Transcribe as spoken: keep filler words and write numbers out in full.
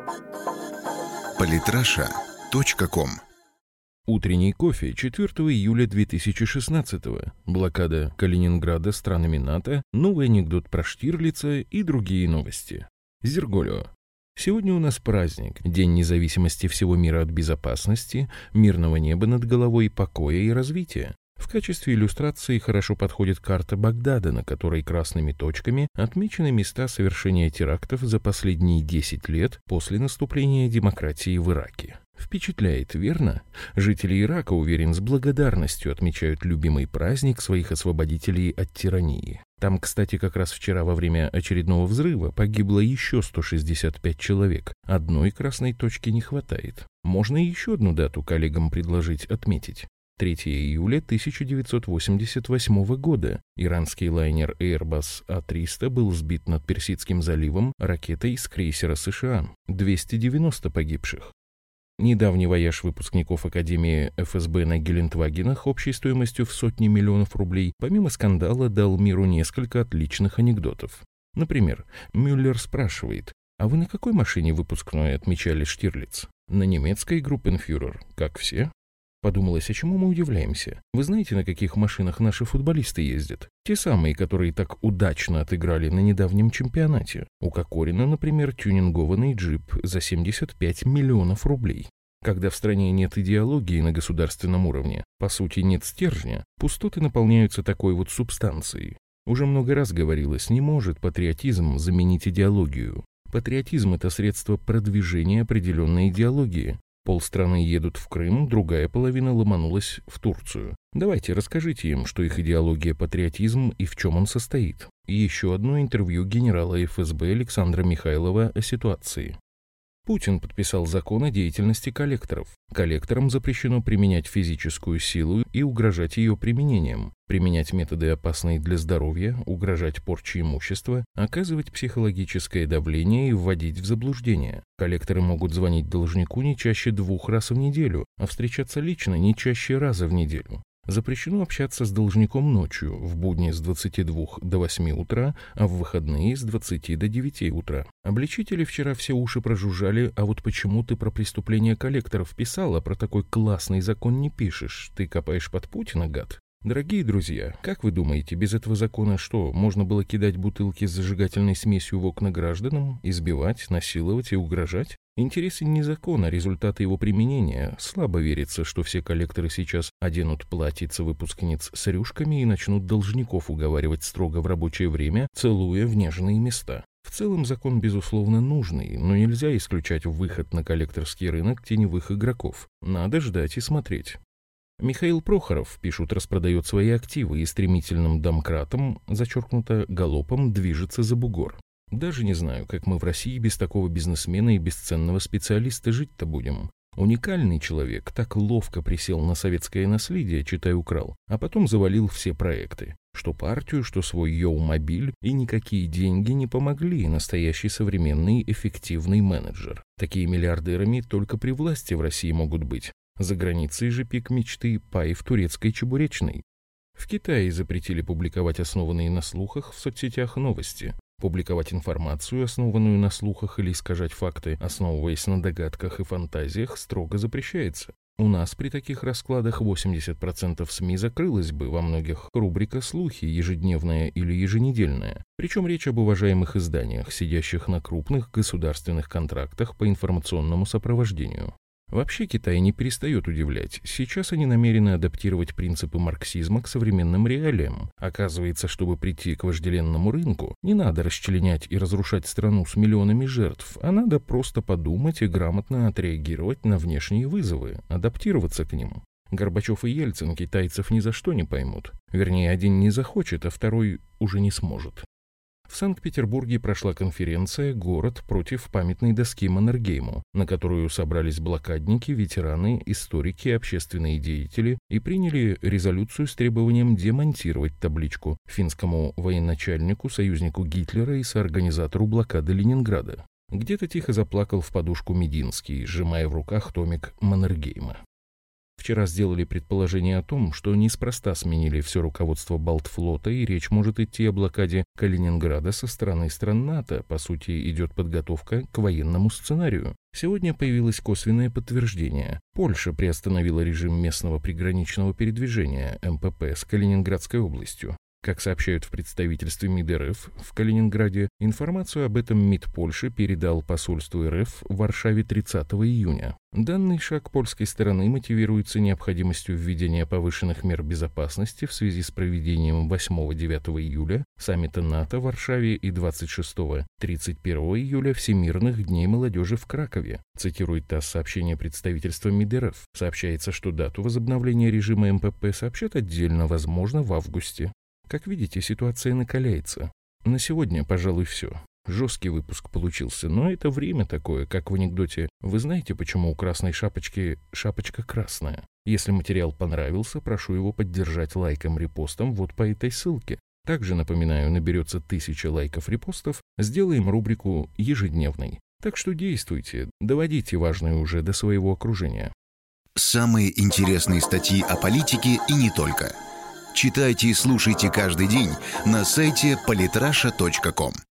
политраша точка ком. Утренний кофе четвёртого июля две тысячи шестнадцатого. Блокада Калининграда странами НАТО, новый анекдот про Штирлица и другие новости. Зерголио. Сегодня у нас праздник, День независимости всего мира от безопасности, мирного неба над головой, покоя и развития. В качестве иллюстрации хорошо подходит карта Багдада, на которой красными точками отмечены места совершения терактов за последние десять лет после наступления демократии в Ираке. Впечатляет, верно? Жители Ирака, уверен, с благодарностью отмечают любимый праздник своих освободителей от тирании. Там, кстати, как раз вчера во время очередного взрыва погибло еще сто шестьдесят пять человек. Одной красной точки не хватает. Можно еще одну дату коллегам предложить отметить. третьего июля тысяча девятьсот восемьдесят восьмого года иранский лайнер Airbus А триста был сбит над Персидским заливом ракетой с крейсера США. двести девяносто погибших. Недавний вояж выпускников Академии эф эс бэ на Гелендвагенах общей стоимостью в сотни миллионов рублей помимо скандала дал миру несколько отличных анекдотов. Например, Мюллер спрашивает: «А вы на какой машине выпускной отмечали Штирлиц?» «На немецкой, группенфюрер, как все». Подумалось, а чему мы удивляемся? Вы знаете, на каких машинах наши футболисты ездят? Те самые, которые так удачно отыграли на недавнем чемпионате. У Кокорина, например, тюнингованный джип за семьдесят пять миллионов рублей. Когда в стране нет идеологии на государственном уровне, по сути нет стержня, пустоты наполняются такой вот субстанцией. Уже много раз говорилось, не может патриотизм заменить идеологию. Патриотизм – это средство продвижения определенной идеологии. Полстраны едут в Крым, другая половина ломанулась в Турцию. Давайте расскажите им, что их идеология патриотизм и в чем он состоит. И еще одно интервью генерала эф эс бэ Александра Михайлова о ситуации. Путин подписал закон о деятельности коллекторов. Коллекторам запрещено применять физическую силу и угрожать ее применением, применять методы, опасные для здоровья, угрожать порчей имущества, оказывать психологическое давление и вводить в заблуждение. Коллекторы могут звонить должнику не чаще двух раз в неделю, а встречаться лично не чаще раза в неделю. Запрещено общаться с должником ночью, в будни с двадцати двух до восьми утра, а в выходные с двадцати до девяти утра. Обличители вчера все уши прожужжали, а вот почему ты про преступление коллекторов писал, а про такой классный закон не пишешь? Ты копаешь под Путина, гад? Дорогие друзья, как вы думаете, без этого закона что, можно было кидать бутылки с зажигательной смесью в окна гражданам, избивать, насиловать и угрожать? Интересен не закон, а результаты его применения. Слабо верится, что все коллекторы сейчас оденут платьица выпускниц с рюшками и начнут должников уговаривать строго в рабочее время, целуя в нежные места. В целом закон, безусловно, нужный, но нельзя исключать выход на коллекторский рынок теневых игроков. Надо ждать и смотреть. Михаил Прохоров, пишут, распродает свои активы и стремительным домкратом, зачеркнуто галопом, движется за бугор. Даже не знаю, как мы в России без такого бизнесмена и бесценного специалиста жить-то будем. Уникальный человек так ловко присел на советское наследие, читай украл, а потом завалил все проекты. Что партию, что свой Йоу-мобиль, и никакие деньги не помогли, настоящий современный эффективный менеджер. Такие миллиардерами только при власти в России могут быть. За границей же пик мечты – пай в турецкой чебуречной. В Китае запретили публиковать основанные на слухах в соцсетях новости. Публиковать информацию, основанную на слухах, или искажать факты, основываясь на догадках и фантазиях, строго запрещается. У нас при таких раскладах восемьдесят процентов СМИ закрылось бы, во многих рубрика «Слухи» ежедневная или еженедельная. Причем речь об уважаемых изданиях, сидящих на крупных государственных контрактах по информационному сопровождению. Вообще Китай не перестает удивлять. Сейчас они намерены адаптировать принципы марксизма к современным реалиям. Оказывается, чтобы прийти к вожделенному рынку, не надо расчленять и разрушать страну с миллионами жертв, а надо просто подумать и грамотно отреагировать на внешние вызовы, адаптироваться к ним. Горбачев и Ельцин китайцев ни за что не поймут. Вернее, один не захочет, а второй уже не сможет. В Санкт-Петербурге прошла конференция «Город против памятной доски Маннергейму», на которую собрались блокадники, ветераны, историки, общественные деятели и приняли резолюцию с требованием демонтировать табличку финскому военачальнику, союзнику Гитлера и соорганизатору блокады Ленинграда. Где-то тихо заплакал в подушку Мединский, сжимая в руках томик Маннергейма. В вчера сделали предположение о том, что неспроста сменили все руководство Балтфлота, и речь может идти о блокаде Калининграда со стороны стран НАТО. По сути, идет подготовка к военному сценарию. Сегодня появилось косвенное подтверждение. Польша приостановила режим местного приграничного передвижения эм пэ пэ с Калининградской областью. Как сообщают в представительстве МИД эр эф в Калининграде, информацию об этом МИД Польши передал посольству эр эф в Варшаве тридцатого июня. Данный шаг польской стороны мотивируется необходимостью введения повышенных мер безопасности в связи с проведением восьмого-девятого июля саммита НАТО в Варшаве и двадцать шестого-тридцать первого июля Всемирных дней молодежи в Кракове. Цитирует ТАСС сообщение представительства МИД эр эф. Сообщается, что дату возобновления режима эм пэ пэ сообщат отдельно, возможно, в августе. Как видите, ситуация накаляется. На сегодня, пожалуй, все. Жесткий выпуск получился, но это время такое, как в анекдоте. Вы знаете, почему у красной шапочки шапочка красная? Если материал понравился, прошу его поддержать лайком, репостом вот по этой ссылке. Также, напоминаю, наберется тысяча лайков-репостов, сделаем рубрику ежедневной. Так что действуйте, доводите важное уже до своего окружения. Самые интересные статьи о политике и не только. Читайте и слушайте каждый день на сайте политраша точка ком.